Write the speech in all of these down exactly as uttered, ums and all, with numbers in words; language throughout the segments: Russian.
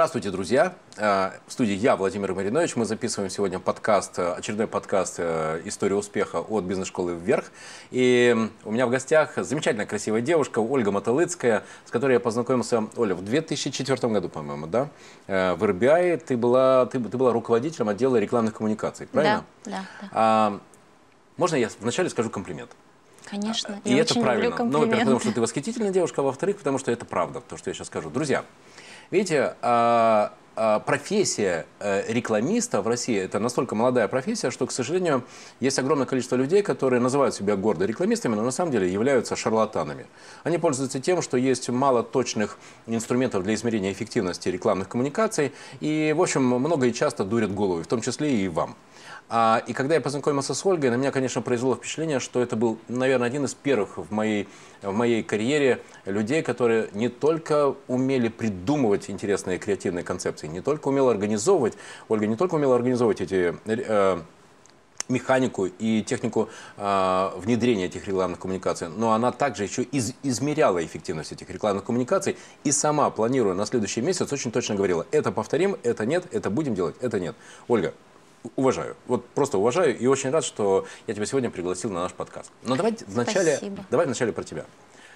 Здравствуйте, друзья! В студии я, Владимир Маринович. Мы записываем сегодня подкаст, очередной подкаст «История успеха» от бизнес-школы «Вверх». И у меня в гостях замечательная, красивая девушка Ольга Мотолыцкая, с которой я познакомился, Оля, в две тысячи четвёртом году, по-моему, да? В эр би ай ты была, ты, ты была руководителем отдела рекламных коммуникаций, правильно? Да, да, да. А, можно я вначале скажу комплимент? Конечно. И я это очень правильно. люблю Ну, во-первых, потому что ты восхитительная девушка, а во-вторых, потому что это правда, то, что я сейчас скажу. Друзья, видите, а, а, профессия а, рекламиста в России – это настолько молодая профессия, что, к сожалению, есть огромное количество людей, которые называют себя гордо рекламистами, но на самом деле являются шарлатанами. Они пользуются тем, что есть мало точных инструментов для измерения эффективности рекламных коммуникаций, и, в общем, много и часто дурят голову, в том числе и вам. А, и когда я познакомился с Ольгой, на меня, конечно, произвело впечатление, что это был, наверное, один из первых в моей, в моей карьере людей, которые не только умели придумывать интересные креативные концепции, не только умела организовывать, Ольга не только умела организовывать эти... Э, механику и технику э, внедрения этих рекламных коммуникаций, но она также еще из, измеряла эффективность этих рекламных коммуникаций и сама, планируя на следующий месяц, очень точно говорила: это повторим, это нет, это будем делать, это нет. Ольга, уважаю, вот просто уважаю и очень рад, что я тебя сегодня пригласил на наш подкаст. Но давайте вначале, давай вначале про тебя.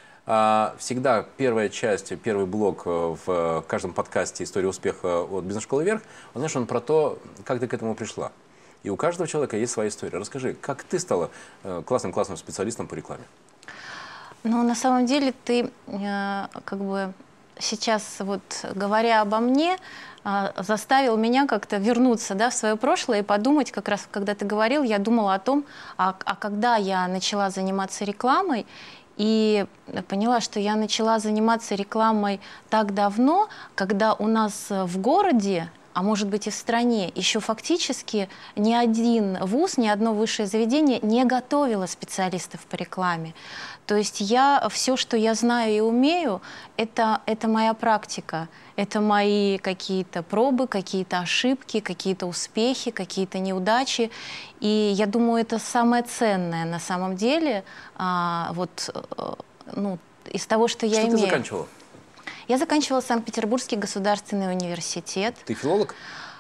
А, всегда первая часть, первый блок в каждом подкасте «История успеха» от бизнес-школы «Вверх», он, знаешь, он про то, как ты к этому пришла. И у каждого человека есть своя история. Расскажи, как ты стала классным-классным специалистом по рекламе? Ну, на самом деле, ты э, как бы сейчас, вот говоря обо мне, э, заставил меня как-то вернуться, да, в свое прошлое и подумать, как раз когда ты говорил, я думала о том, а, а когда я начала заниматься рекламой, и поняла, что я начала заниматься рекламой так давно, когда у нас в городе, а может быть и в стране, еще фактически ни один вуз, ни одно высшее заведение не готовило специалистов по рекламе. То есть я, все, что я знаю и умею, это, это моя практика, это мои какие-то пробы, какие-то ошибки, какие-то успехи, какие-то неудачи. И я думаю, это самое ценное на самом деле, а, вот, ну, из того, что я имею. Что ты заканчивала? Я заканчивала Санкт-Петербургский государственный университет. Ты филолог?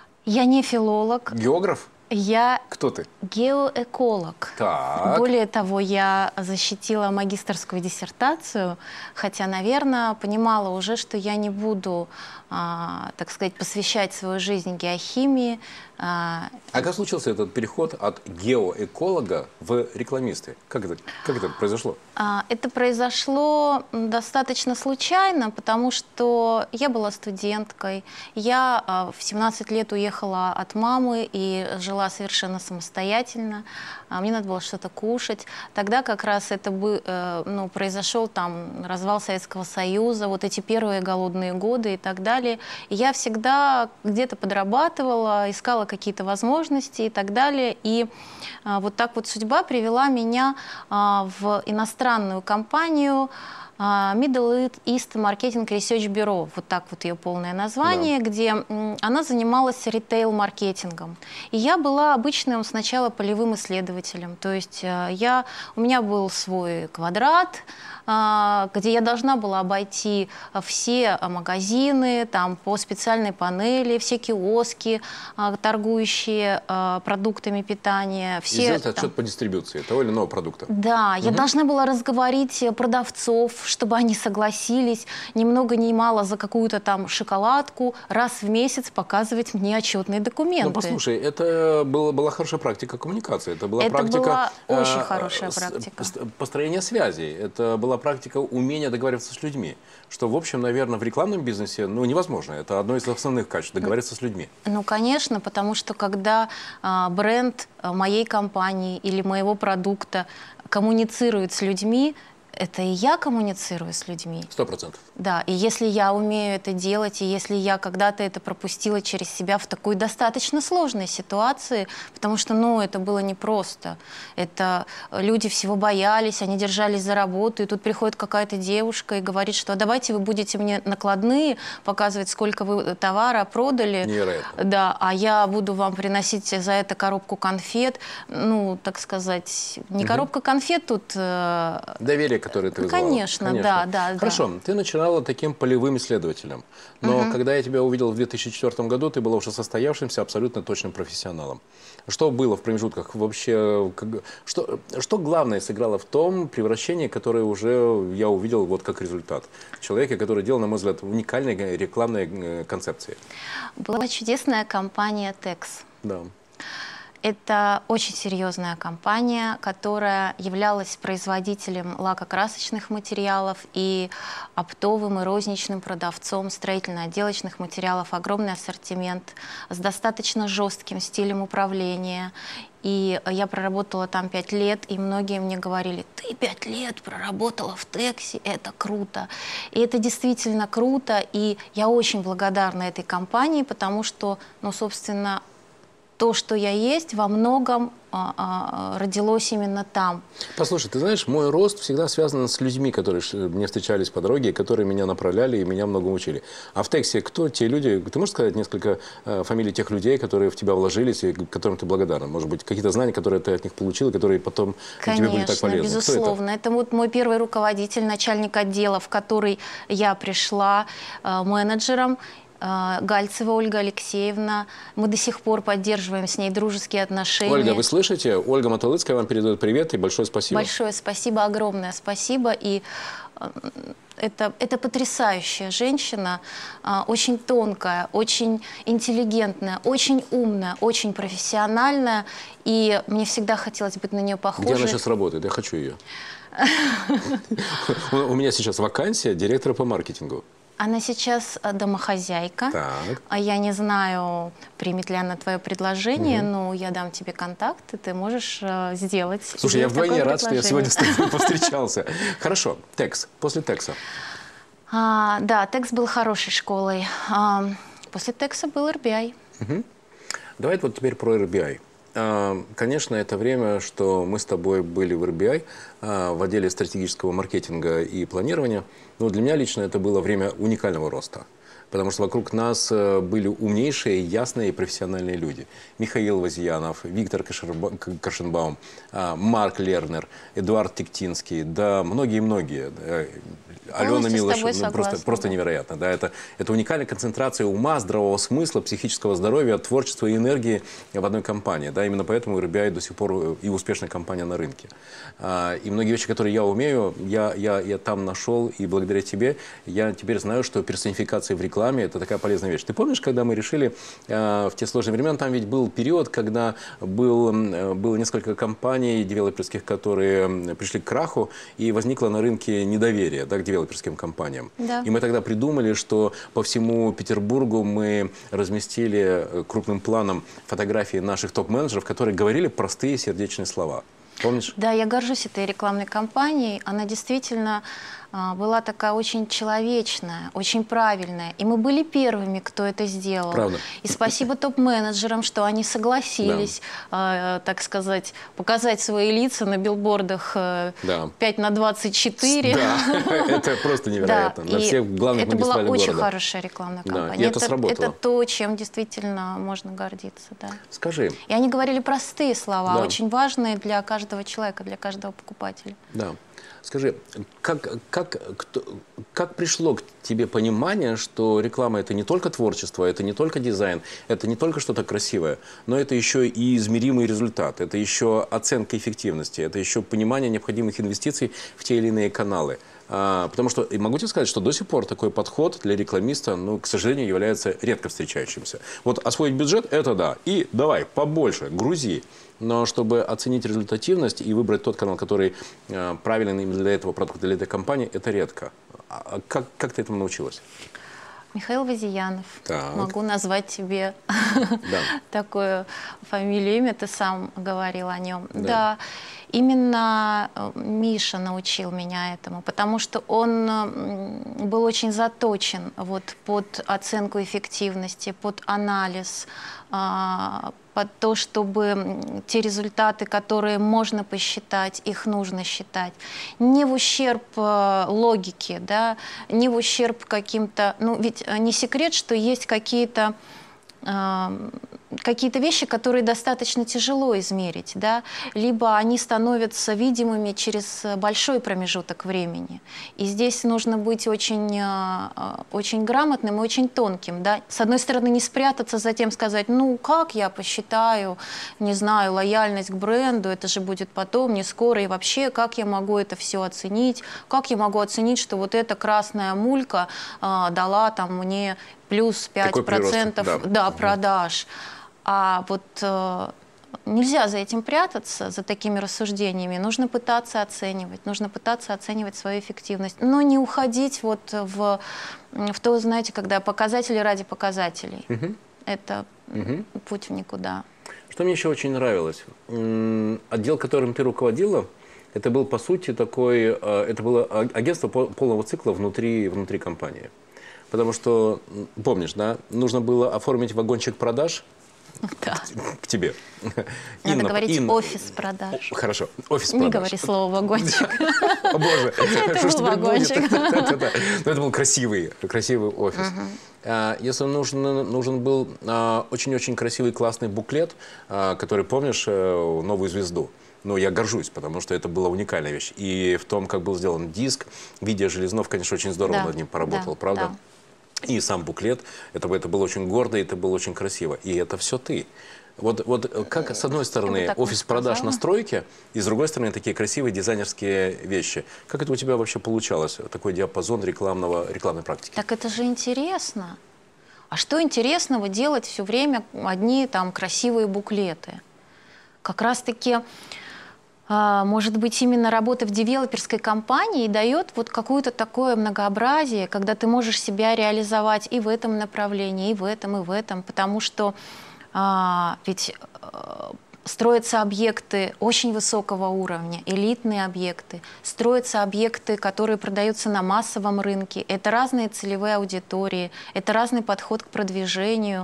Я не филолог. Географ? Я Кто ты? Геоэколог. Так. Более того, я защитила магистерскую диссертацию, хотя, наверное, понимала уже, что я не буду, а, так сказать, посвящать свою жизнь геохимии. А, а как случился этот переход от геоэколога в рекламисты? Как это, как это произошло? А, это произошло достаточно случайно, потому что я была студенткой. Я а, в семнадцать лет уехала от мамы и жила совершенно самостоятельно. А, мне надо было что-то кушать. Тогда как раз это бы, э, ну, произошел там развал Советского Союза, вот эти первые голодные годы и так далее. И я всегда где-то подрабатывала, искала какие-то возможности и так далее. И а, вот так вот судьба привела меня а, в иностранную компанию а, Middle East Marketing Research Bureau, вот так вот ее полное название, да. Где м, она занималась ритейл-маркетингом. И я была обычным сначала полевым исследователем. То есть а, я, у меня был свой квадрат, где я должна была обойти все магазины там, по специальной панели, все киоски, торгующие продуктами питания. Все, и сделать там... отчет по дистрибуции того или иного продукта. Да, угу. Я должна была разговорить продавцов, чтобы они согласились ни много ни мало за какую-то там шоколадку раз в месяц показывать мне отчетные документы. Ну, послушай, это была, была хорошая практика коммуникации. Это была это практика была очень э, хорошая практика. Построения связей. Это была практика умения договариваться с людьми, что, в общем, наверное, в рекламном бизнесе, ну, невозможно. Это одно из основных качеств – договариваться с людьми. Ну, конечно, потому что когда а, бренд моей компании или моего продукта коммуницирует с людьми, это и я коммуницирую с людьми. Сто процентов. Да, и если я умею это делать, и если я когда-то это пропустила через себя в такой достаточно сложной ситуации, потому что, ну, это было непросто. Это люди всего боялись, они держались за работу, и тут приходит какая-то девушка и говорит, что давайте вы будете мне накладные показывать, сколько вы товара продали. Невероятно. Да, а я буду вам приносить за это коробку конфет. Ну, так сказать, не угу. коробка конфет тут... Доверие доверие, которое ты вызвала. Конечно, Конечно. да, да. Хорошо, да. ты начинала таким полевым исследователем, но угу. когда я тебя увидел в две тысячи четвёртом году, ты была уже состоявшимся, абсолютно точным профессионалом. Что было в промежутках вообще? Что, что главное сыграло в том превращении, которое уже я увидел вот как результат? Человека, который делал, на мой взгляд, уникальные рекламные концепции. Была чудесная компания текс. Да. Это очень серьезная компания, которая являлась производителем лакокрасочных материалов и оптовым и розничным продавцом строительно-отделочных материалов. Огромный ассортимент с достаточно жестким стилем управления. И я проработала там пять лет, и многие мне говорили: ты пять лет проработала в тексе, это круто. И это действительно круто, и я очень благодарна этой компании, потому что, ну, собственно, то, что я есть, во многом а, а, родилось именно там. Послушай, ты знаешь, мой рост всегда связан с людьми, которые мне встречались по дороге, которые меня направляли и меня многому учили. А в тексе кто те люди? Ты можешь сказать несколько э, фамилий тех людей, которые в тебя вложились и которым ты благодарна? Может быть, какие-то знания, которые ты от них получила, которые потом Конечно, тебе были так полезны? Безусловно. Это? это вот мой первый руководитель, начальник отдела, в который я пришла э, менеджером. Гальцева Ольга Алексеевна. Мы до сих пор поддерживаем с ней дружеские отношения. Ольга, вы слышите? Ольга Мотолыцкая вам передает привет и большое спасибо. Большое спасибо, огромное спасибо. И это, это потрясающая женщина, очень тонкая, очень интеллигентная, очень умная, очень профессиональная. И мне всегда хотелось быть на нее похожей. Где она сейчас работает? Я хочу ее. У меня сейчас вакансия директора по маркетингу. Она сейчас домохозяйка. Так. Я не знаю, примет ли она твое предложение, угу. но я дам тебе контакт, и ты можешь э, сделать. Слушай, я вдвойне рад, что я сегодня с тобой повстречался. Хорошо, текс. После текса. А, да, текс был хорошей школой. А, после текса был эр би ай. Угу. Давай вот теперь про эр би ай. Конечно, это время, что мы с тобой были в эр би ай, в отделе стратегического маркетинга и планирования. Но для меня лично это было время уникального роста. Потому что вокруг нас были умнейшие, ясные и профессиональные люди. Михаил Вазьянов, Виктор Каршенбаум, Марк Лернер, Эдуард Тектинский, да многие-многие. Алена Милошева, ну, просто, просто невероятно. Да, это, это уникальная концентрация ума, здравого смысла, психического здоровья, творчества и энергии в одной компании. Да, именно поэтому эр би ай до сих пор и успешная компания на рынке. И многие вещи, которые я умею, я, я, я там нашел, и благодаря тебе я теперь знаю, что персонификация в рекламе – это такая полезная вещь. Ты помнишь, когда мы решили в те сложные времена, там ведь был период, когда был, было несколько компаний девелоперских, которые пришли к краху, и возникло на рынке недоверие, да, к девелоперским компаниям. Да. И мы тогда придумали, что по всему Петербургу мы разместили крупным планом фотографии наших топ-менеджеров, которые говорили простые сердечные слова. Помнишь? Да, я горжусь этой рекламной кампанией. Она действительно а, была такая очень человечная, очень правильная. И мы были первыми, кто это сделал. Правда. И спасибо топ-менеджерам, что они согласились, да. а, так сказать, показать свои лица на билбордах да. пять на двадцать четыре. Да, это просто невероятно. На всех главных магистралях города. Это была очень хорошая рекламная кампания. И это сработало. Это то, чем действительно можно гордиться. Да. Скажи. И они говорили простые слова, Да. очень важные для каждого человека, для каждого покупателя. Да. Скажи, как, как, кто, как пришло к тебе понимание, что реклама – это не только творчество, это не только дизайн, это не только что-то красивое, но это еще и измеримый результат, это еще оценка эффективности, это еще понимание необходимых инвестиций в те или иные каналы. А, потому что, и могу тебе сказать, что до сих пор такой подход для рекламиста, ну, к сожалению, является редко встречающимся. Вот освоить бюджет – это да, и давай, побольше, грузи. Но чтобы оценить результативность и выбрать тот канал, который э, правильный именно для этого продукта, для этой компании, это редко. А как, как ты этому научилась? Михаил Вазьянов. Так. Могу назвать тебе да. такую фамилию, имя, ты сам говорил о нем. Да. Да. Именно Миша научил меня этому, потому что он был очень заточен вот, под оценку эффективности, под анализ, под то, чтобы те результаты, которые можно посчитать, их нужно считать. Не в ущерб логике, да, не в ущерб каким-то... Ну, ведь не секрет, что есть какие-то... какие-то вещи, которые достаточно тяжело измерить, да, либо они становятся видимыми через большой промежуток времени. И здесь нужно быть очень, очень грамотным и очень тонким. Да. С одной стороны, не спрятаться, затем сказать, ну, как я посчитаю, не знаю, лояльность к бренду, это же будет потом, не скоро, и вообще, как я могу это все оценить, как я могу оценить, что вот эта красная мулька а, дала там мне плюс пять процентов да. Да, продаж. А вот э, нельзя за этим прятаться, за такими рассуждениями. Нужно пытаться оценивать, нужно пытаться оценивать свою эффективность, но не уходить вот в, в то, знаете, когда показатели ради показателей. Угу. Это угу. путь в никуда. Что мне еще очень нравилось? Отдел, которым ты руководила, это был, по сути, такой, это было агентство полного цикла внутри, внутри компании. Потому что, помнишь, да, нужно было оформить вагончик продаж, да. к тебе. Надо Инна, говорить Инна. Офис продаж. Хорошо, офис Не продаж. говори слово вагончик. О боже, это был вагончик. Это был красивый, красивый офис. Если нужен, нужен был очень-очень красивый классный буклет, который, помнишь, «Новую звезду». Ну, я горжусь, потому что это была уникальная вещь. И в том, как был сделан диск, Видия Железнов, конечно, очень здорово да, над ним поработал, да, правда? Да. И сам буклет, это, это было очень гордо, это было очень красиво. И это все ты. Вот, вот как, с одной стороны, офис продаж на стройке, и с другой стороны, такие красивые дизайнерские вещи. Как это у тебя вообще получалось, такой диапазон рекламного, рекламной практики? Так это же интересно. А что интересного делать все время одни там красивые буклеты? Как раз-таки... Может быть, именно работа в девелоперской компании дает вот какое-то такое многообразие, когда ты можешь себя реализовать и в этом направлении, и в этом, и в этом, потому что а, ведь а, строятся объекты очень высокого уровня, элитные объекты, строятся объекты, которые продаются на массовом рынке, это разные целевые аудитории, это разный подход к продвижению.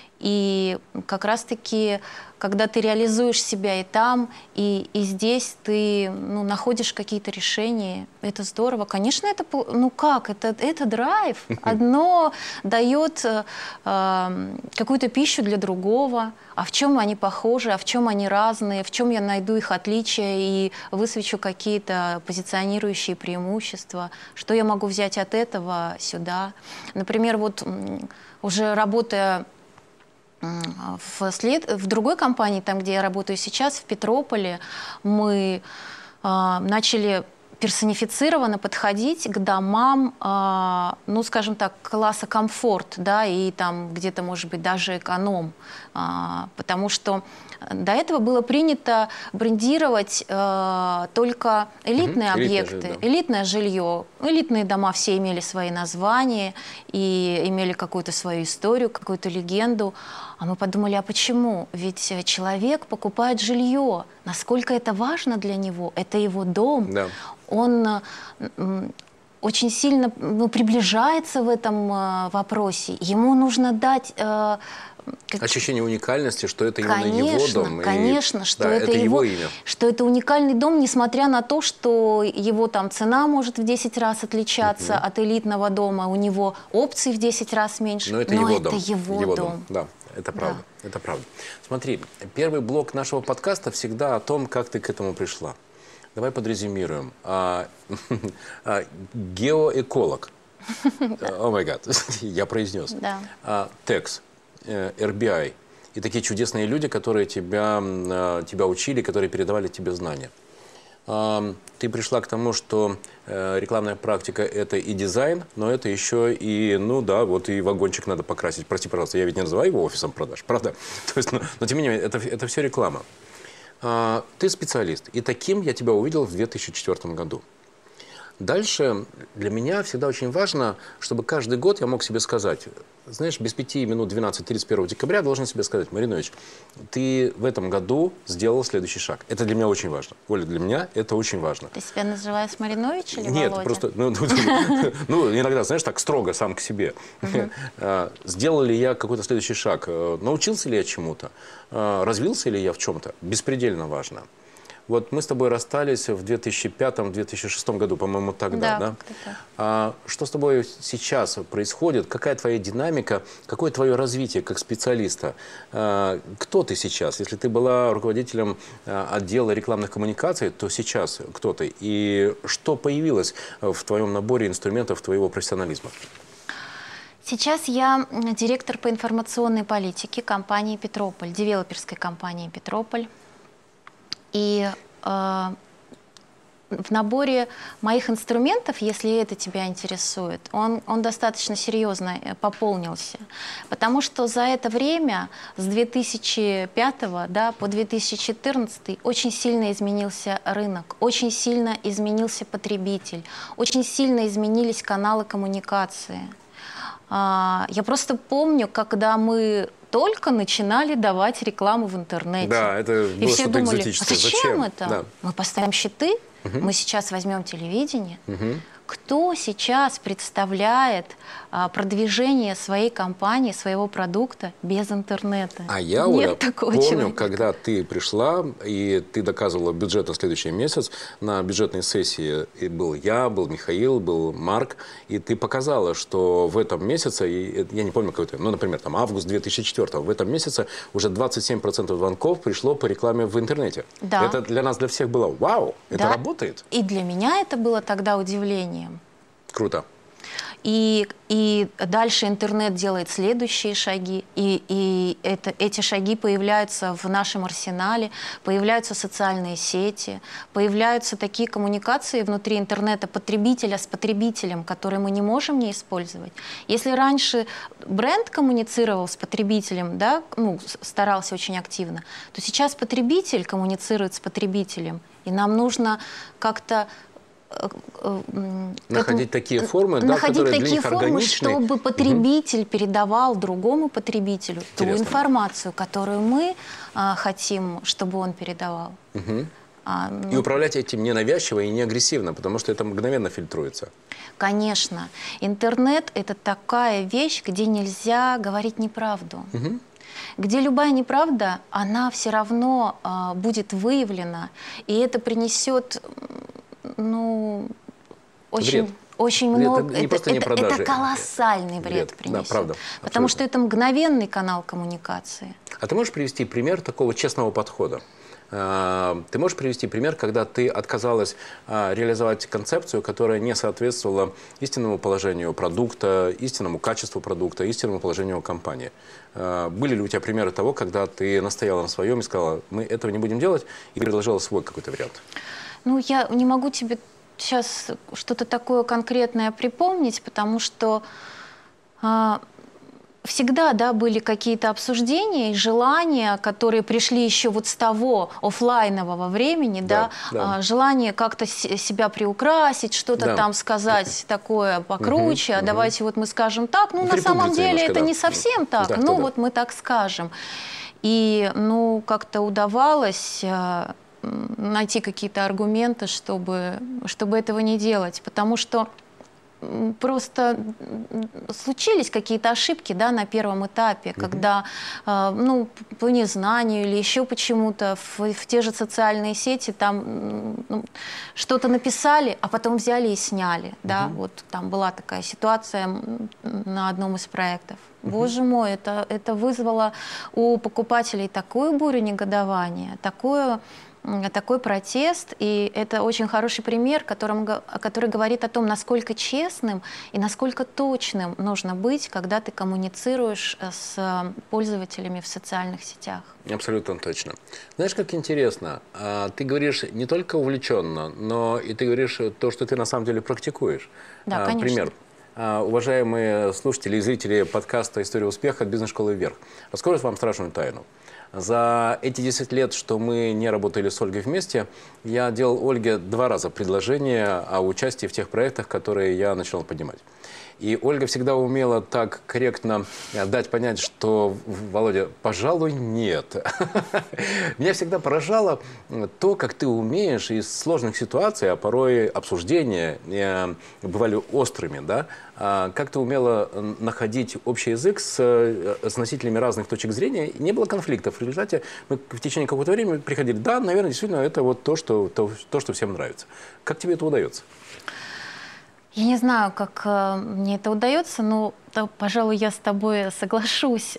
И как раз-таки, когда ты реализуешь себя и там, и, и здесь, ты ну, находишь какие-то решения, это здорово. Конечно, это, ну как, это, это драйв. Одно дает э, какую-то пищу для другого. А в чем они похожи, а в чем они разные, в чем я найду их отличия и высвечу какие-то позиционирующие преимущества, что я могу взять от этого сюда. Например, вот уже работая... В, след... в другой компании, там, где я работаю сейчас, в Петрополе, мы э, начали персонифицированно подходить к домам, э, ну, скажем так, класса комфорт, да, и там где-то, может быть, даже эконом, э, потому что до этого было принято брендировать э, только элитные угу, объекты, элитное, да. элитное жилье. Элитные дома все имели свои названия и имели какую-то свою историю, какую-то легенду. А мы подумали, а почему? Ведь человек покупает жилье. Насколько это важно для него? Это его дом. Да. Он э, очень сильно ну, приближается в этом э, вопросе. Ему нужно дать... Э, Как... Ощущение уникальности, что это именно конечно, его дом. Конечно, и... что да, это, это его, его имя. Что это уникальный дом, несмотря на то, что его там цена может в десять раз отличаться uh-huh. от элитного дома, у него опций в десять раз меньше. Но это но его это дом. Его его дом. дом. Да, это правда. Да. Это правда. Смотри, первый блок нашего подкаста всегда о том, как ты к этому пришла. Давай подрезюмируем. А, а, геоэколог. О май гад, я произнес. Да. А, текс. эр би ай и такие чудесные люди, которые тебя, тебя учили, которые передавали тебе знания. Ты пришла к тому, что рекламная практика – это и дизайн, но это еще и, ну да, вот и вагончик надо покрасить. Прости, пожалуйста, я ведь не называю его офисом продаж, правда? То есть, но, но тем не менее, это, это все реклама. Ты специалист, и таким я тебя увидел в две тысячи четвёртом году. Дальше для меня всегда очень важно, чтобы каждый год я мог себе сказать, знаешь, без пяти минут двенадцать тридцать первого декабря должен себе сказать, Маринович, ты в этом году сделал следующий шаг. Это для меня очень важно. Оля, для меня это очень важно. Ты себя называешь Маринович или Нет, Володя? просто, ну, ну, ну, иногда, знаешь, так строго сам к себе. Uh-huh. Сделал ли я какой-то следующий шаг? Научился ли я чему-то? Развился ли я в чем-то? Беспредельно важно. Вот мы с тобой расстались в две тысячи пятом — две тысячи шестом году, по-моему, тогда, да? Да? А что с тобой сейчас происходит? Какая твоя динамика? Какое твое развитие как специалиста? А, кто ты сейчас? Если ты была руководителем отдела рекламных коммуникаций, то сейчас кто ты? И что появилось в твоем наборе инструментов твоего профессионализма? Сейчас я директор по информационной политике компании «Петрополь», девелоперской компании «Петрополь». И э, в наборе моих инструментов, если это тебя интересует, он, он достаточно серьезно пополнился. Потому что за это время, с две тысячи пятого, да, по две тысячи четырнадцатый, очень сильно изменился рынок, очень сильно изменился потребитель, очень сильно изменились каналы коммуникации. А, я просто помню, когда мы только начинали давать рекламу в интернете. Да, это было и все думали, а экзотическое. зачем, Зачем это? Да. Мы поставим щиты, угу. мы сейчас возьмем телевидение. Угу. Кто сейчас представляет а, продвижение своей компании, своего продукта без интернета? А я, Нет Оля, такого помню, человека. когда ты пришла, и ты доказывала бюджет на следующий месяц, на бюджетной сессии и был я, был Михаил, был Марк, и ты показала, что в этом месяце, и, я не помню какой то, ну, например, там, август две тысячи четвёртого, в этом месяце уже двадцать семь процентов звонков пришло по рекламе в интернете. Да. Это для нас, для всех было вау, это да. работает. И для меня это было тогда удивлением. Круто. И, и дальше интернет делает следующие шаги, и, и это, эти шаги появляются в нашем арсенале, появляются социальные сети, появляются такие коммуникации внутри интернета потребителя с потребителем, которые мы не можем не использовать. Если раньше бренд коммуницировал с потребителем, да, ну, старался очень активно, то сейчас потребитель коммуницирует с потребителем, и нам нужно как-то находить этому, такие формы, да, находить которые такие для них формы, органичны. чтобы потребитель угу. передавал другому потребителю Интересно. ту информацию, которую мы а, хотим, чтобы он передавал. Угу. А, ну, и управлять этим ненавязчиво и не агрессивно, потому что это мгновенно фильтруется. Конечно. Интернет – это такая вещь, где нельзя говорить неправду. Угу. Где любая неправда, она все равно а, будет выявлена, и это принесет, ну, очень, вред. очень Вред. много. Это, не это, не это, это колоссальный вред, вред. принесет. Да, правда. Потому Абсолютно. что это мгновенный канал коммуникации. А ты можешь привести пример такого честного подхода? Ты можешь привести пример, когда ты отказалась реализовать концепцию, которая не соответствовала истинному положению продукта, истинному качеству продукта, истинному положению компании? Были ли у тебя примеры того, когда ты настояла на своем и сказала, мы этого не будем делать, и предложила свой какой-то вариант? Ну, я не могу тебе сейчас что-то такое конкретное припомнить, потому что а, всегда, да, были какие-то обсуждения и желания, которые пришли еще вот с того офлайнового времени, да, да, да. А, желание как-то себя приукрасить, что-то да. там сказать такое покруче, угу, а угу. давайте вот мы скажем так. Ну, на самом деле немножко, это да. не совсем так, да, но да. вот мы так скажем. И, ну, как-то удавалось найти какие-то аргументы, чтобы, чтобы этого не делать. Потому что просто случились какие-то ошибки, да, на первом этапе, угу. когда, э, ну, по незнанию или еще почему-то в, в те же социальные сети там ну, что-то написали, а потом взяли и сняли. Угу. Да? Вот там была такая ситуация на одном из проектов. Угу. Боже мой, это, это вызвало у покупателей такую бурю негодования, такое... такой протест, и это очень хороший пример, которым, который говорит о том, насколько честным и насколько точным нужно быть, когда ты коммуницируешь с пользователями в социальных сетях. Абсолютно точно. Знаешь, как интересно, ты говоришь не только увлеченно, но и ты говоришь то, что ты на самом деле практикуешь. Да, конечно. Пример. Уважаемые слушатели и зрители подкаста «История успеха» от бизнес-школы «Вверх», расскажу вам страшную тайну. За эти десять лет, что мы не работали с Ольгой вместе, я делал Ольге два раза предложение о участии в тех проектах, которые я начал поднимать. И Ольга всегда умела так корректно дать понять, что, Володя, пожалуй, нет. Меня всегда поражало то, как ты умеешь из сложных ситуаций, а порой обсуждения бывали острыми, да, как ты умела находить общий язык с, с носителями разных точек зрения. Не было конфликтов, В результате мы в течение какого-то времени приходили, да, наверное, действительно, это вот то, что, то, то, что всем нравится. Как тебе это удается? Я не знаю, как э, мне это удается, но, да, пожалуй, я с тобой соглашусь.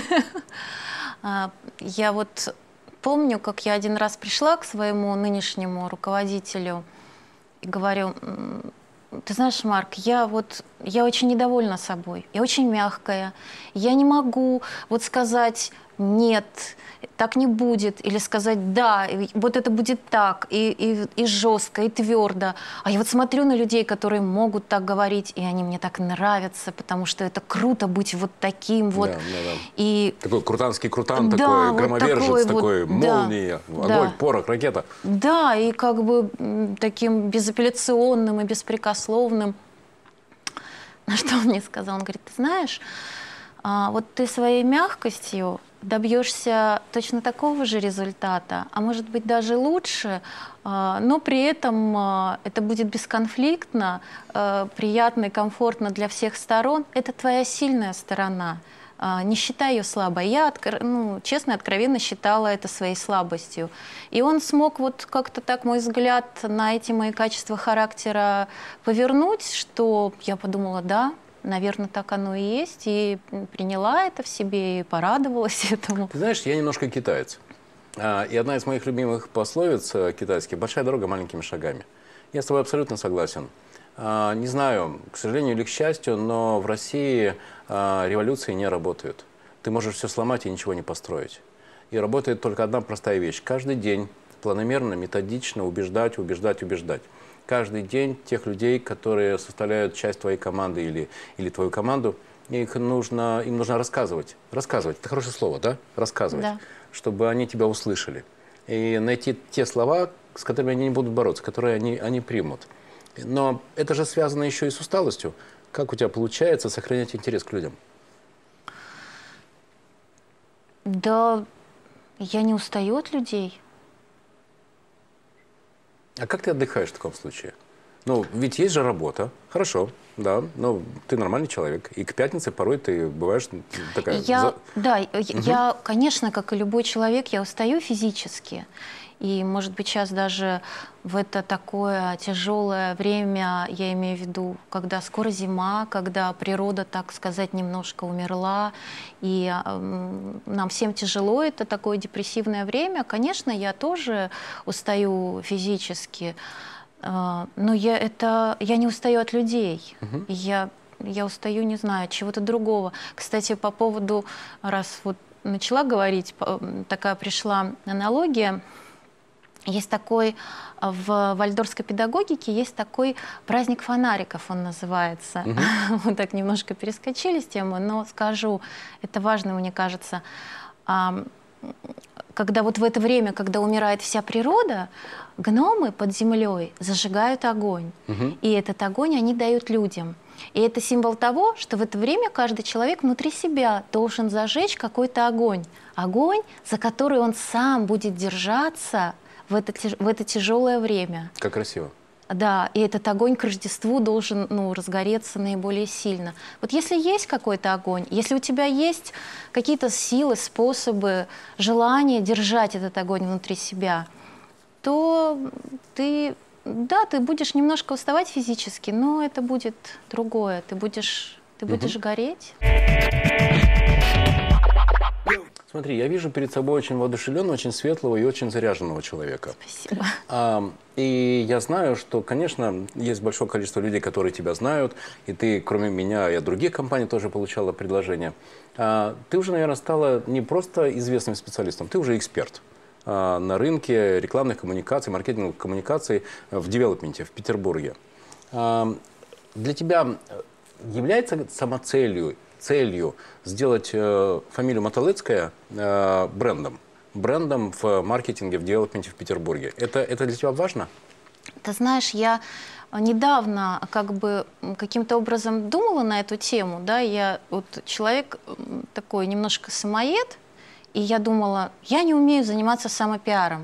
Я вот помню, как я один раз пришла к своему нынешнему руководителю и говорю: ты знаешь, Марк, я вот, я очень недовольна собой, я очень мягкая, я не могу вот сказать «нет», так не будет, или сказать «да», и вот это будет так, и, и, и жестко, и твердо. А я вот смотрю на людей, которые могут так говорить, и они мне так нравятся, потому что это круто быть вот таким вот. Да, да, да. И... Такой крутанский крутан, да, такой вот громовержец, такой, такой вот, молния, да, огонь, да. порох, ракета. Да, и как бы м, таким безапелляционным и беспрекословным. На что он мне сказал? Он говорит: ты знаешь, а, вот ты своей мягкостью добьешься точно такого же результата, а может быть даже лучше, а, но при этом а, это будет бесконфликтно, а, приятно и комфортно для всех сторон. Это твоя сильная сторона. А, не считай ее слабой. Я, ну, честно и откровенно считала это своей слабостью. И он смог вот как-то так мой взгляд на эти мои качества характера повернуть, что я подумала: да, наверное, так оно и есть, и приняла это в себе, и порадовалась этому. Ты знаешь, я немножко китаец. И одна из моих любимых пословиц китайских: большая дорога маленькими шагами. Я с тобой абсолютно согласен. Не знаю, к сожалению или к счастью, но в России революции не работают. Ты можешь все сломать и ничего не построить. И работает только одна простая вещь: каждый день планомерно, методично убеждать, убеждать, убеждать. Каждый день тех людей, которые составляют часть твоей команды или, или твою команду, их нужно, им нужно рассказывать. Рассказывать — это хорошее слово, да? Рассказывать. Да. Чтобы они тебя услышали. И найти те слова, с которыми они не будут бороться, которые они, они примут. Но это же связано еще и с усталостью. Как у тебя получается сохранять интерес к людям? Да, я не устаю от людей. А как ты отдыхаешь в таком случае? Ну, ведь есть же работа. Хорошо, да, но ты нормальный человек. И к пятнице порой ты бываешь такая... Я, да, угу. я, конечно, как и любой человек, я устаю физически. И, может быть, сейчас даже в это такое тяжелое время, я имею в виду, когда скоро зима, когда природа, так сказать, немножко умерла, и э, нам всем тяжело, это такое депрессивное время, конечно, я тоже устаю физически, э, но я, это, я не устаю от людей. Uh-huh. я, я устаю, не знаю, от чего-то другого. Кстати, по поводу, раз вот начала говорить, такая пришла аналогия. Есть такой, в вальдорфской педагогике есть такой праздник фонариков, он называется. Угу. Мы так немножко перескочили с темы, но скажу, это важно, мне кажется. Когда вот в это время, когда умирает вся природа, гномы под землей зажигают огонь. Угу. И этот огонь они дают людям. И это символ того, что в это время каждый человек внутри себя должен зажечь какой-то огонь. Огонь, за который он сам будет держаться в это, в это тяжелое время. Как красиво. Да, и этот огонь к Рождеству должен, ну, разгореться наиболее сильно. Вот если есть какой-то огонь, если у тебя есть какие-то силы, способы, желание держать этот огонь внутри себя, то ты, да, ты будешь немножко уставать физически, но это будет другое. Ты будешь, ты будешь угу. гореть. Смотри, я вижу перед собой очень воодушевленного, очень светлого и очень заряженного человека. Спасибо. А, и я знаю, что, конечно, есть большое количество людей, которые тебя знают, и ты, кроме меня, и от других компаний тоже получала предложения. А, ты уже, наверное, стала не просто известным специалистом, ты уже эксперт а, на рынке рекламных коммуникаций, маркетинговых коммуникаций в девелопменте в Петербурге. А, для тебя является самоцелью целью сделать э, фамилию Мотолыцкая э, брендом, брендом в маркетинге, в девелопменте в Петербурге. Это, это для тебя важно? Ты знаешь, я недавно как бы каким-то образом думала на эту тему, да, я вот человек такой немножко самоед, и я думала, я не умею заниматься самопиаром.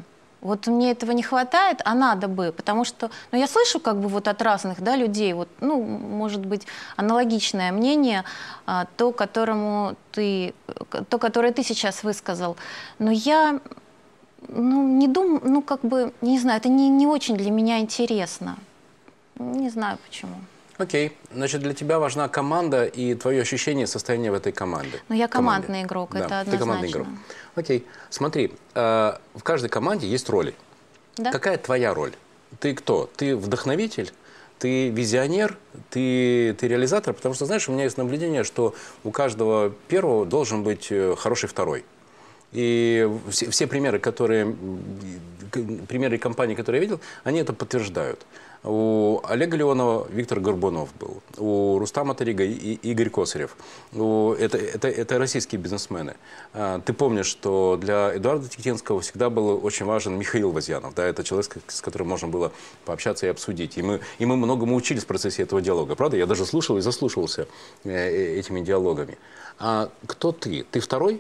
Вот мне этого не хватает, а надо бы, потому что, ну, я слышу как бы вот от разных, да, людей, вот, ну, может быть, аналогичное мнение, а, то, которому ты, то, которое ты сейчас высказал, но я, ну, не думаю, ну, как бы, не знаю, это не, не очень для меня интересно, не знаю почему. Окей, значит, для тебя важна команда и твое ощущение состояния в этой команде. Ну, я командный команде. игрок, Да, это однозначно. ты командный игрок. Окей, смотри, э, в каждой команде есть роли. Да? Какая твоя роль? Ты кто? Ты вдохновитель? Ты визионер? Ты, ты реализатор? Потому что, знаешь, у меня есть наблюдение, что у каждого первого должен быть хороший второй. И все, все примеры, которые, примеры компаний, которые я видел, они это подтверждают. У Олега Леонова Виктор Горбунов был, у Рустама Торига и Игорь Косарев. У, это, это, это российские бизнесмены. А, ты помнишь, что для Эдуарда Тектинского всегда был очень важен Михаил Возьянов. Да, это человек, с которым можно было пообщаться и обсудить. И мы, и мы многому учились в процессе этого диалога. Правда, я даже слушал и заслушивался этими диалогами. А кто ты? Ты второй?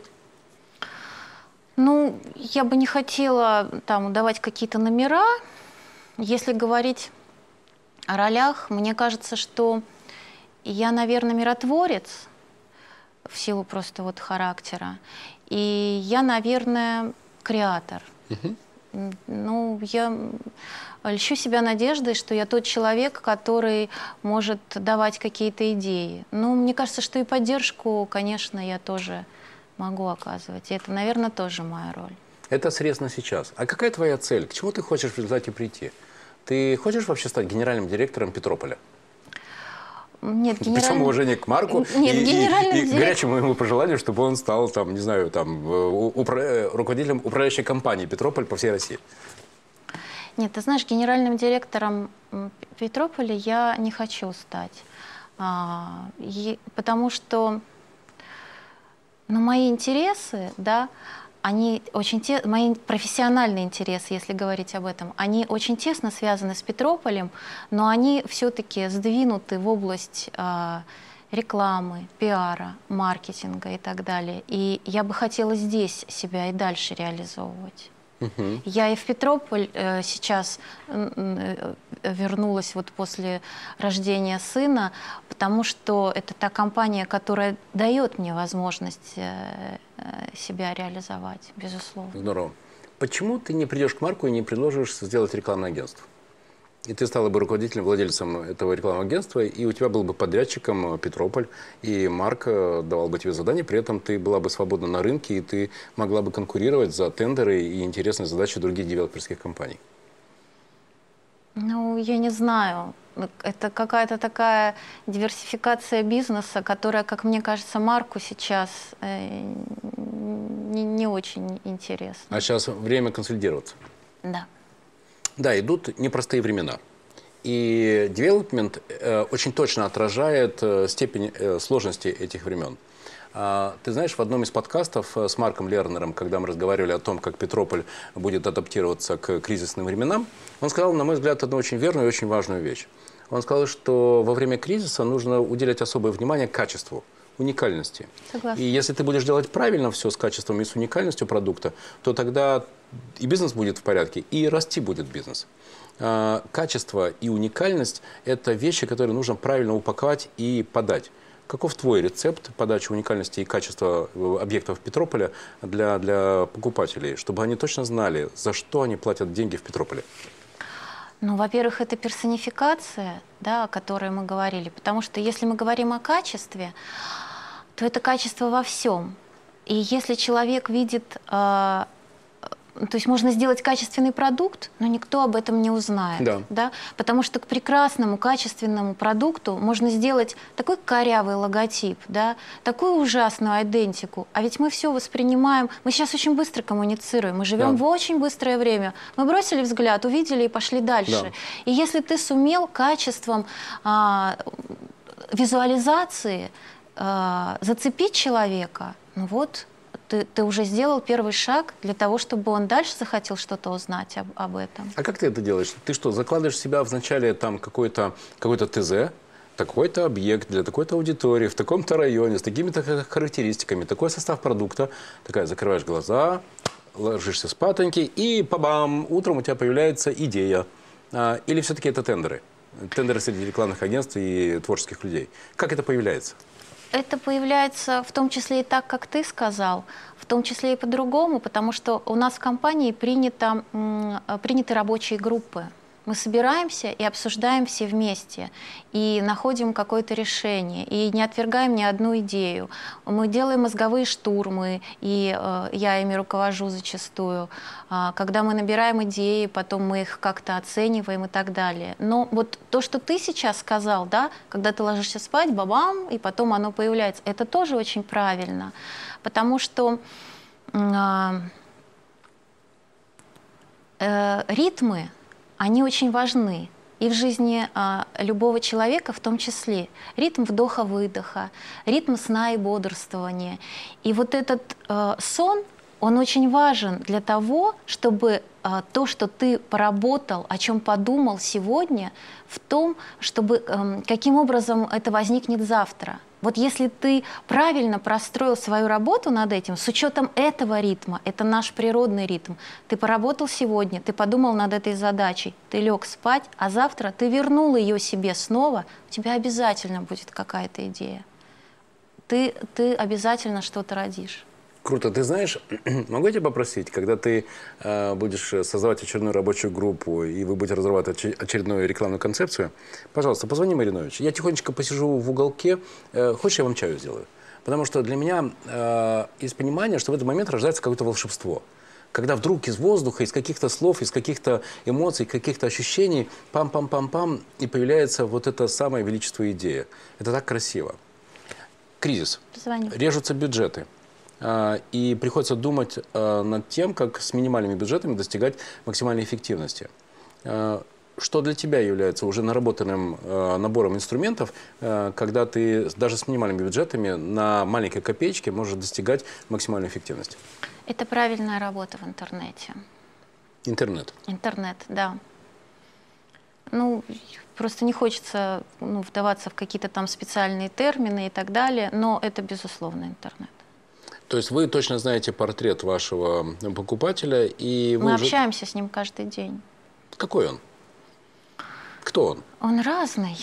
Ну, я бы не хотела там давать какие-то номера. Если говорить о ролях, мне кажется, что я, наверное, миротворец в силу просто вот характера. И я, наверное, креатор. Uh-huh. Ну, я льщу себя надеждой, что я тот человек, который может давать какие-то идеи. Ну, мне кажется, что и поддержку, конечно, я тоже могу оказывать. И это, наверное, тоже моя роль. Это срез на сейчас. А какая твоя цель? К чему ты хочешь в результате прийти? Ты хочешь вообще стать генеральным директором Петрополя? Нет, генеральным... Причем уважение к Марку Нет, и, генеральным и, и директор... горячему ему пожеланию, чтобы он стал, там, не знаю, там, упра... руководителем управляющей компании «Петрополь» по всей России. Нет, ты знаешь, генеральным директором Петрополя я не хочу стать. А, и, потому что ну, мои интересы, да, они очень те, мои профессиональные интересы, если говорить об этом, они очень тесно связаны с Петрополем, но они все-таки сдвинуты в область э, рекламы, пиара, маркетинга и так далее. И я бы хотела здесь себя и дальше реализовывать. Uh-huh. Я и в Петрополь э, сейчас э, вернулась вот после рождения сына, потому что это та компания, которая дает мне возможность э, себя реализовать, безусловно. Здорово. Почему ты не придешь к Марку и не предложишь сделать рекламное агентство? И ты стала бы руководителем, владельцем этого рекламного агентства, и у тебя был бы подрядчиком Петрополь, и Марк давал бы тебе задания, при этом ты была бы свободна на рынке, и ты могла бы конкурировать за тендеры и интересные задачи других девелоперских компаний. Ну, я не знаю. Это какая-то такая диверсификация бизнеса, которая, как мне кажется, Марку сейчас э, не, не очень интересна. А сейчас время консолидироваться. Да. Да, идут непростые времена. И девелопмент э, очень точно отражает э, степень э, сложности этих времен. А, ты знаешь, в одном из подкастов с Марком Лернером, когда мы разговаривали о том, как Петрополь будет адаптироваться к кризисным временам, он сказал, на мой взгляд, одну очень верную и очень важную вещь. Он сказал, что во время кризиса нужно уделять особое внимание качеству, уникальности. Согласна. И если ты будешь делать правильно все с качеством и с уникальностью продукта, то тогда и бизнес будет в порядке, и расти будет бизнес. Качество и уникальность – это вещи, которые нужно правильно упаковать и подать. Каков твой рецепт подачи уникальности и качества объектов Петрополя для, для покупателей, чтобы они точно знали, за что они платят деньги в Петрополе? Ну, во-первых, это персонификация, да, о которой мы говорили. Потому что если мы говорим о качестве, то это качество во всем. И если человек видит... Э, то есть можно сделать качественный продукт, но никто об этом не узнает. Да. Да? Потому что к прекрасному, качественному продукту можно сделать такой корявый логотип, да? Такую ужасную идентику. А ведь мы все воспринимаем... Мы сейчас очень быстро коммуницируем, мы живем да. в очень быстрое время. Мы бросили взгляд, увидели и пошли дальше. Да. И если ты сумел качеством а, визуализации а, зацепить человека, ну вот... Ты, ты уже сделал первый шаг для того, чтобы он дальше захотел что-то узнать об, об этом. А как ты это делаешь? Ты что, закладываешь в себя вначале там какой-то какой-то ТЗ, такой-то объект для такой-то аудитории, в таком-то районе, с такими-то характеристиками, такой состав продукта, такая, закрываешь глаза, ложишься спатоньки, и па-бам, утром у тебя появляется идея. А, или все-таки это тендеры? Тендеры среди рекламных агентств и творческих людей. Как это появляется? Это появляется в том числе и так, как ты сказал, в том числе и по-другому, потому что у нас в компании принято, приняты рабочие группы. Мы собираемся и обсуждаем все вместе, и находим какое-то решение, и не отвергаем ни одну идею. Мы делаем мозговые штурмы, и э, я ими руковожу зачастую. А, когда мы набираем идеи, потом мы их как-то оцениваем и так далее. Но вот то, что ты сейчас сказал, да, когда ты ложишься спать, бабам, и потом оно появляется, это тоже очень правильно, потому что э, э, ритмы, они очень важны и в жизни а, любого человека в том числе. Ритм вдоха-выдоха, ритм сна и бодрствования. И вот этот а, сон, он очень важен для того, чтобы а, то, что ты поработал, о чем подумал сегодня, в том, чтобы а, каким образом это возникнет завтра. Вот если ты правильно простроил свою работу над этим, с учетом этого ритма, это наш природный ритм, ты поработал сегодня, ты подумал над этой задачей, ты лег спать, а завтра ты вернул ее себе снова, у тебя обязательно будет какая-то идея. Ты, ты обязательно что-то родишь. Круто. Ты знаешь, могу я тебя попросить, когда ты э, будешь создавать очередную рабочую группу и вы будете разрабатывать очередную рекламную концепцию, пожалуйста, позвони Маринович. Я тихонечко посижу в уголке. Э, хочешь, я вам чаю сделаю? Потому что для меня э, есть понимание, что в этот момент рождается какое-то волшебство. Когда вдруг из воздуха, из каких-то слов, из каких-то эмоций, каких-то ощущений, пам-пам-пам-пам, и появляется вот эта самая величество идея. Это так красиво. Кризис. Позвоню. Режутся бюджеты. И приходится думать над тем, как с минимальными бюджетами достигать максимальной эффективности. Что для тебя является уже наработанным набором инструментов, когда ты даже с минимальными бюджетами на маленькой копеечке можешь достигать максимальной эффективности? Это правильная работа в интернете. Интернет. Интернет, да. Ну, просто не хочется ну, вдаваться в какие-то там специальные термины и так далее, но это, безусловно, интернет. То есть вы точно знаете портрет вашего покупателя и вы Мы уже... общаемся с ним каждый день. Какой он? Кто он? Он разный.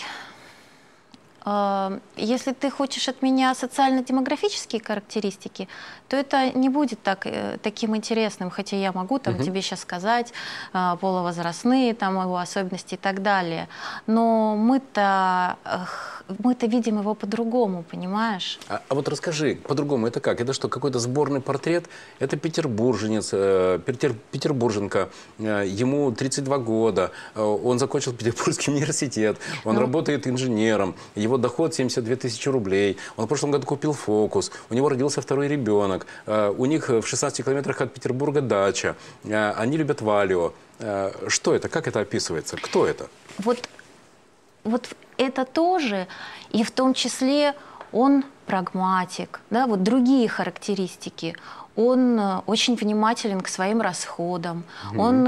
Если ты хочешь от меня социально-демографические характеристики, то это не будет так, таким интересным, хотя я могу там, uh-huh. тебе сейчас сказать полувозрастные там, его особенности и так далее. Но мы-то мы-то видим его по-другому, понимаешь? А, а вот расскажи, по-другому это как? Это что, какой-то сборный портрет? Это петербурженец, э, петер, петербурженка, э, ему тридцать два года, э, он закончил Петербургский университет, он ну... работает инженером, его доход семьдесят две тысячи рублей, он в прошлом году купил «Фокус», у него родился второй ребенок, э, у них в шестнадцати километрах от Петербурга дача, э, они любят Валио. Э, что это? Как это описывается? Кто это? Вот, вот это тоже, и в том числе он прагматик, да, вот другие характеристики. Он очень внимателен к своим расходам, mm-hmm. он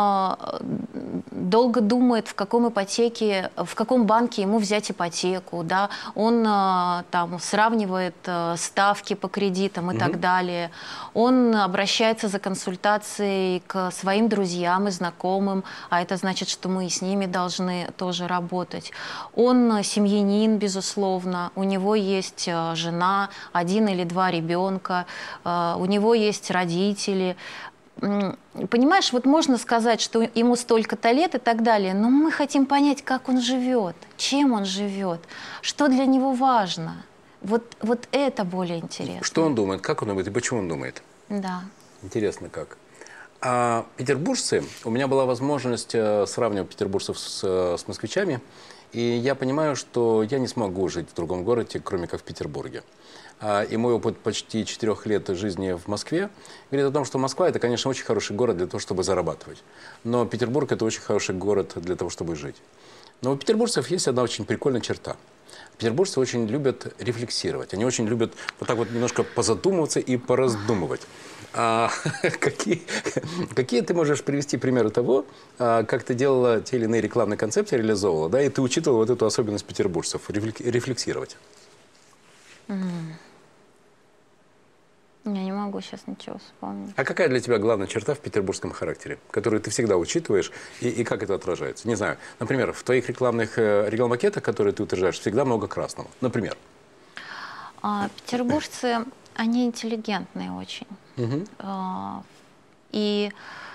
э, долго думает, в каком ипотеке, в каком банке ему взять ипотеку, да? Он э, там сравнивает э, ставки по кредитам и mm-hmm. так далее. Он обращается за консультацией к своим друзьям и знакомым, а это значит, что мы с ними должны тоже работать. Он семьянин, безусловно, у него есть жена, один или два ребенка, э, у него У него есть родители. Понимаешь, вот можно сказать, что ему столько-то лет и так далее, но мы хотим понять, как он живет, чем он живет, что для него важно. Вот, вот это более интересно. Что он думает, как он думает и почему он думает? Да. Интересно как. А петербуржцы, у меня была возможность сравнивать петербуржцев с, с москвичами, и я понимаю, что я не смогу жить в другом городе, кроме как в Петербурге. И мой опыт почти четырех лет жизни в Москве говорит о том, что Москва – это, конечно, очень хороший город для того, чтобы зарабатывать. Но Петербург – это очень хороший город для того, чтобы жить. Но у петербуржцев есть одна очень прикольная черта. Петербуржцы очень любят рефлексировать. Они очень любят вот так вот немножко позадумываться и пораздумывать. А, какие, какие ты можешь привести примеры того, как ты делала те или иные рекламные концепции, реализовывала, да, и ты учитывала вот эту особенность петербуржцев – рефлексировать? Mm. Я не могу сейчас ничего вспомнить. А какая для тебя главная черта в петербургском характере, которую ты всегда учитываешь, и, и как это отражается? Не знаю, например, в твоих рекламных э, рекламакетах, которые ты утверждаешь, всегда много красного. Например? А, петербуржцы, они интеллигентные очень. Угу. А, и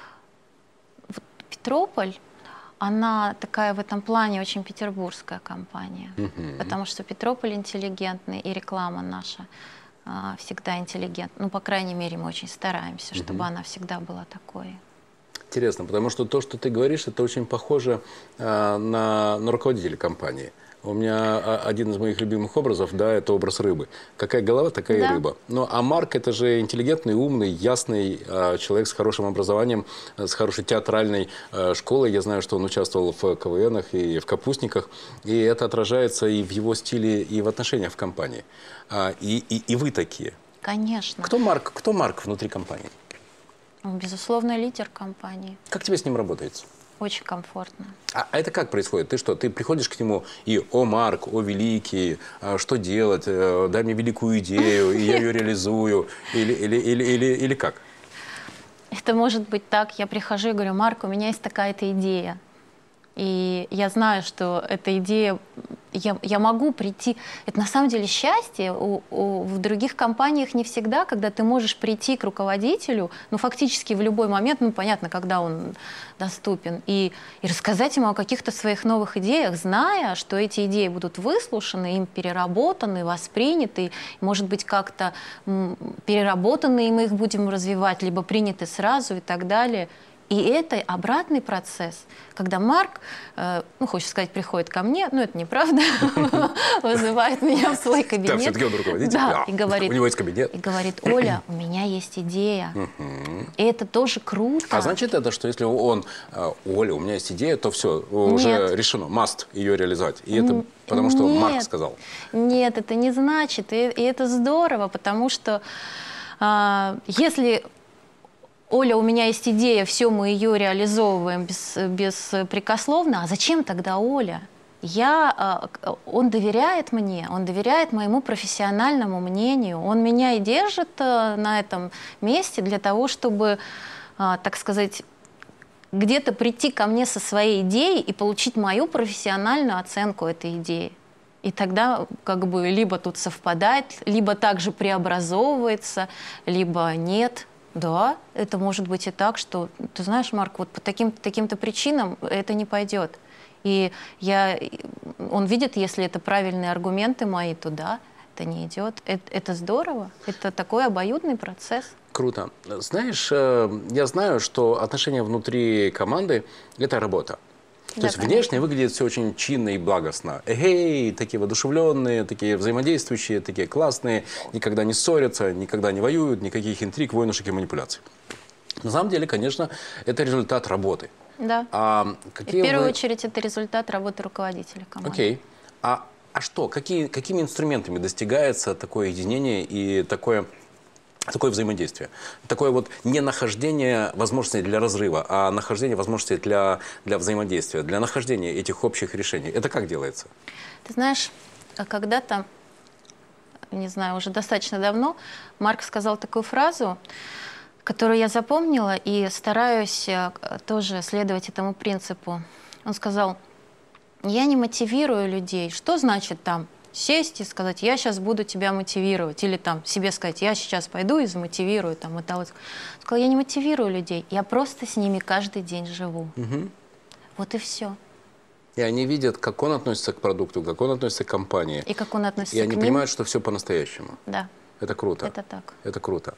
вот Петрополь, она такая в этом плане очень петербургская компания. Угу. Потому что Петрополь интеллигентный, и реклама наша всегда интеллигент. Ну, по крайней мере, мы очень стараемся, чтобы угу. она всегда была такой. Интересно, потому что то, что ты говоришь, это очень похоже э, на, на руководителя компании. У меня один из моих любимых образов, да, это образ рыбы. Какая голова, такая да. и рыба. Ну, а Марк — это же интеллигентный, умный, ясный э, человек с хорошим образованием, э, с хорошей театральной э, школой. Я знаю, что он участвовал в КВНах и в «Капустниках». И это отражается и в его стиле, и в отношениях в компании. А, и, и, и вы такие. Конечно. Кто Марк, кто Марк внутри компании? Он, безусловно, лидер компании. Как тебе с ним работается? Очень комфортно. А это как происходит? Ты что, ты приходишь к нему и «О, Марк, о, великий, что делать? Дай мне великую идею, и я ее реализую». Или, или, или, или, или как? Это может быть так. Я прихожу и говорю: Марк, у меня есть такая-то идея. И я знаю, что эта идея, я, я могу прийти. Это на самом деле счастье. У, у, в других компаниях не всегда, когда ты можешь прийти к руководителю, ну, фактически в любой момент, ну, понятно, когда он доступен, и, и рассказать ему о каких-то своих новых идеях, зная, что эти идеи будут выслушаны, им переработаны, восприняты, может быть, как-то переработаны, и мы их будем развивать, либо приняты сразу и так далее. И это обратный процесс, когда Марк, э, ну, хочется сказать, приходит ко мне, но это неправда, вызывает меня в свой кабинет. Да, все-таки он руководитель. Да, и говорит, у него есть кабинет. И говорит: Оля, у меня есть идея. И это тоже круто. А значит это, что если он, Оля, у меня есть идея, то все, уже решено, must ее реализовать. И это потому, что Марк сказал. Нет, это не значит. И это здорово, потому что если... Оля, у меня есть идея, все, мы ее реализовываем без, беспрекословно. А зачем тогда Оля? Я, он доверяет мне, он доверяет моему профессиональному мнению. Он меня и держит на этом месте для того, чтобы, так сказать, где-то прийти ко мне со своей идеей и получить мою профессиональную оценку этой идеи. И тогда как бы либо тут совпадает, либо также преобразовывается, либо нет. Да, это может быть и так, что, ты знаешь, Марк, вот по таким-то таким-то причинам это не пойдет. И я, он видит, если это правильные аргументы мои, то да, это не идет. Это, это здорово, это такой обоюдный процесс. Круто. Знаешь, я знаю, что отношения внутри команды – это работа. То Да, есть конечно. внешне выглядит все очень чинно и благостно. Эгей, такие воодушевленные, такие взаимодействующие, такие классные, никогда не ссорятся, никогда не воюют, никаких интриг, войнушек и манипуляций. На самом деле, конечно, это результат работы. Да. А какие и в первую вы... очередь это результат работы руководителя команды. Окей. А, а что, какие, какими инструментами достигается такое единение и такое... Такое взаимодействие. Такое вот не нахождение возможностей для разрыва, а нахождение возможностей для, для взаимодействия, для нахождения этих общих решений. Это как делается? Ты знаешь, когда-то, не знаю, уже достаточно давно, Марк сказал такую фразу, которую я запомнила и стараюсь тоже следовать этому принципу. Он сказал: я не мотивирую людей. Что значит там? Сесть и сказать: я сейчас буду тебя мотивировать. Или там себе сказать: я сейчас пойду и замотивирую. Там, это вот. Сказал: я не мотивирую людей, я просто с ними каждый день живу. Угу. Вот и все. И они видят, как он относится к продукту, как он относится к компании. И как он относится и к они ним. понимают, что все по-настоящему. Да. Это круто. Это так. Это круто.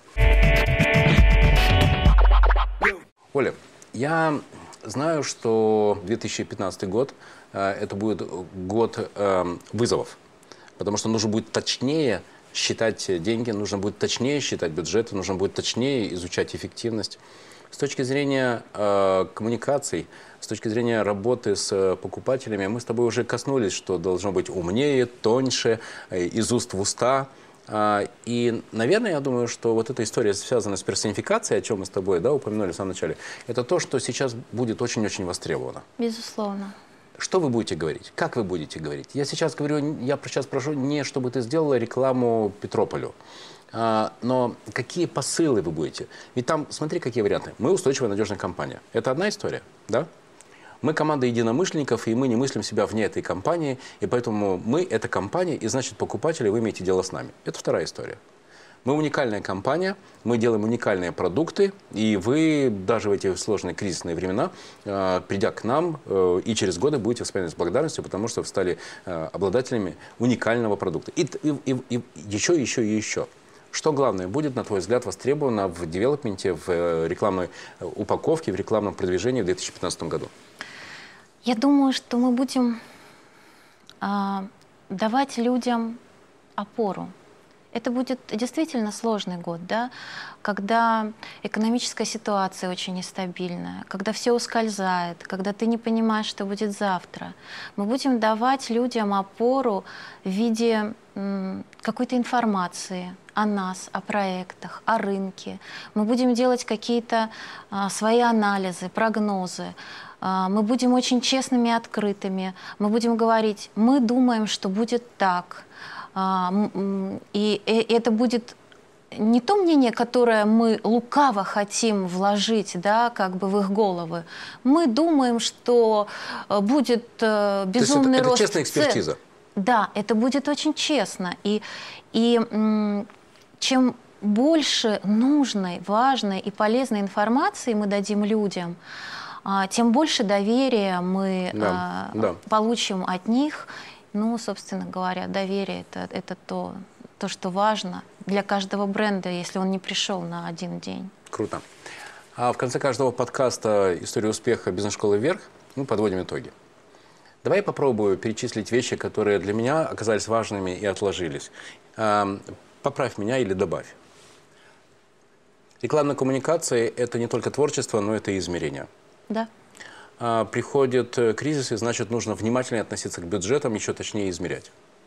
Оля, я знаю, что две тысячи пятнадцатый год э, это будет год э, вызовов. Потому что нужно будет точнее считать деньги, нужно будет точнее считать бюджеты, нужно будет точнее изучать эффективность. С точки зрения э, коммуникаций, с точки зрения работы с покупателями, мы с тобой уже коснулись, что должно быть умнее, тоньше, э, из уст в уста. Э, и, наверное, я думаю, что вот эта история, связанная с персонификацией, о чем мы с тобой, да, упомянули в самом начале, это то, что сейчас будет очень-очень востребовано. Безусловно. Что вы будете говорить? Как вы будете говорить? Я сейчас говорю, я сейчас прошу не, чтобы ты сделала рекламу Петрополю. А, но какие посылы вы будете? Ведь там, смотри, какие варианты. Мы устойчивая, надежная компания. Это одна история, да? Мы команда единомышленников, и мы не мыслим себя вне этой компании, и поэтому мы – это компания, и значит, покупатели, вы имеете дело с нами. Это вторая история. Мы уникальная компания, мы делаем уникальные продукты, и вы даже в эти сложные кризисные времена, э, придя к нам, э, и через годы будете вспоминать с благодарностью, потому что вы стали э, обладателями уникального продукта. И, и, и, и еще, еще и еще. Что главное будет, на твой взгляд, востребовано в девелопменте, в рекламной упаковке, в рекламном продвижении в две тысячи пятнадцатом году? Я думаю, что мы будем а, давать людям опору. Это будет действительно сложный год, да? Когда экономическая ситуация очень нестабильная, когда все ускользает, когда ты не понимаешь, что будет завтра. Мы будем давать людям опору в виде какой-то информации о нас, о проектах, о рынке. Мы будем делать какие-то а, свои анализы, прогнозы. А, мы будем очень честными и открытыми. Мы будем говорить, мы думаем, что будет так. А, и, и это будет не то мнение, которое мы лукаво хотим вложить, да, как бы в их головы. Мы думаем, что будет э, безумный это, рост. Это честная экспертиза. Да, это будет очень честно. И, и м, чем больше нужной, важной и полезной информации мы дадим людям, а, тем больше доверия мы да, а, да. получим от них. Ну, собственно говоря, доверие это, это то, то, что важно для каждого бренда, если он не пришел на один день. Круто. А в конце каждого подкаста «История успеха. Бизнес-школы вверх» мы подводим итоги. Давай я попробую перечислить вещи, которые для меня оказались важными и отложились. Поправь меня или добавь. Рекламная коммуникация – это не только творчество, но это и измерение. Да. Приходит кризис, и значит, нужно внимательнее относиться к бюджетам, еще точнее измерять.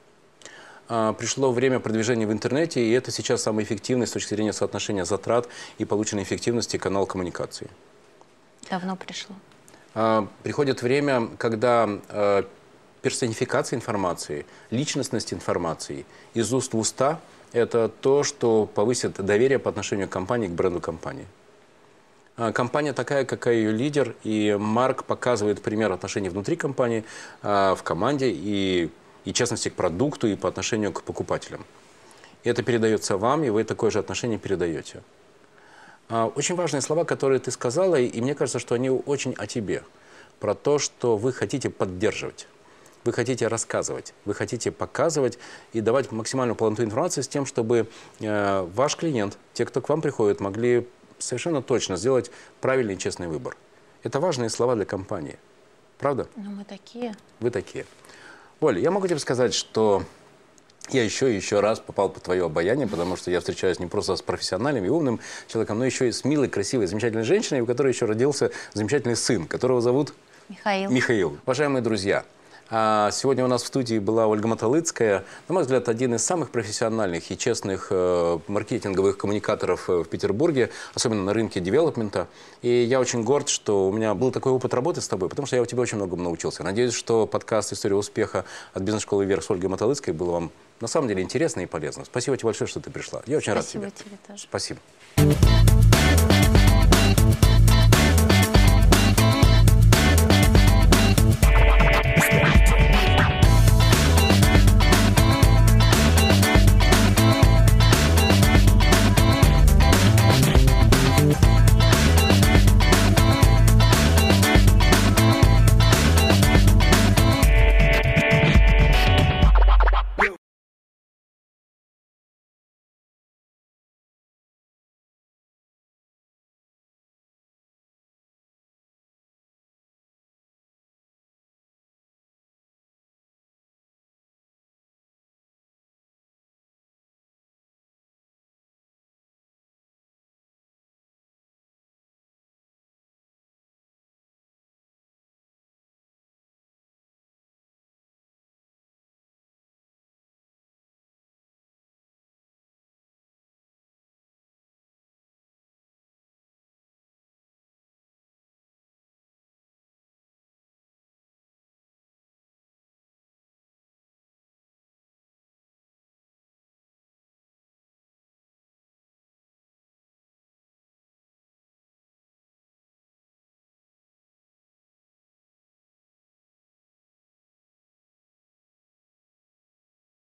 Пришло время продвижения в интернете, и это сейчас самый эффективный с точки зрения соотношения затрат и полученной эффективности канал коммуникации. Давно пришло. Приходит время, когда персонификация информации, личностность информации из уст в уста – это то, что повысит доверие по отношению к компании, к бренду компании. Компания такая, какая ее лидер, и Марк показывает пример отношений внутри компании, в команде, и, и в частности к продукту, и по отношению к покупателям. И это передается вам, и вы такое же отношение передаете. Очень важные слова, которые ты сказала, и мне кажется, что они очень о тебе. Про то, что вы хотите поддерживать, вы хотите рассказывать, вы хотите показывать и давать максимальную полноту информации с тем, чтобы ваш клиент, те, кто к вам приходит, могли совершенно точно сделать правильный и честный выбор. Это важные слова для компании. Правда? Ну, мы такие. Вы такие. Оля, я могу тебе сказать, что я еще и еще раз попал под твое обаяние, потому что я встречаюсь не просто с профессиональным и умным человеком, но еще и с милой, красивой, замечательной женщиной, у которой еще родился замечательный сын, которого зовут Михаил. Михаил. Уважаемые друзья, сегодня у нас в студии была Ольга Мотолыцкая, на мой взгляд, один из самых профессиональных и честных э, маркетинговых коммуникаторов в Петербурге, особенно на рынке девелопмента. И я очень горд, что у меня был такой опыт работы с тобой, потому что я у тебя очень многому научился. Надеюсь, что подкаст «История успеха» от бизнес-школы вверх с Ольгой Мотолыцкой был вам на самом деле интересно и полезно. Спасибо тебе большое, что ты пришла. Я очень Спасибо рад тебе. тебе тоже. Спасибо.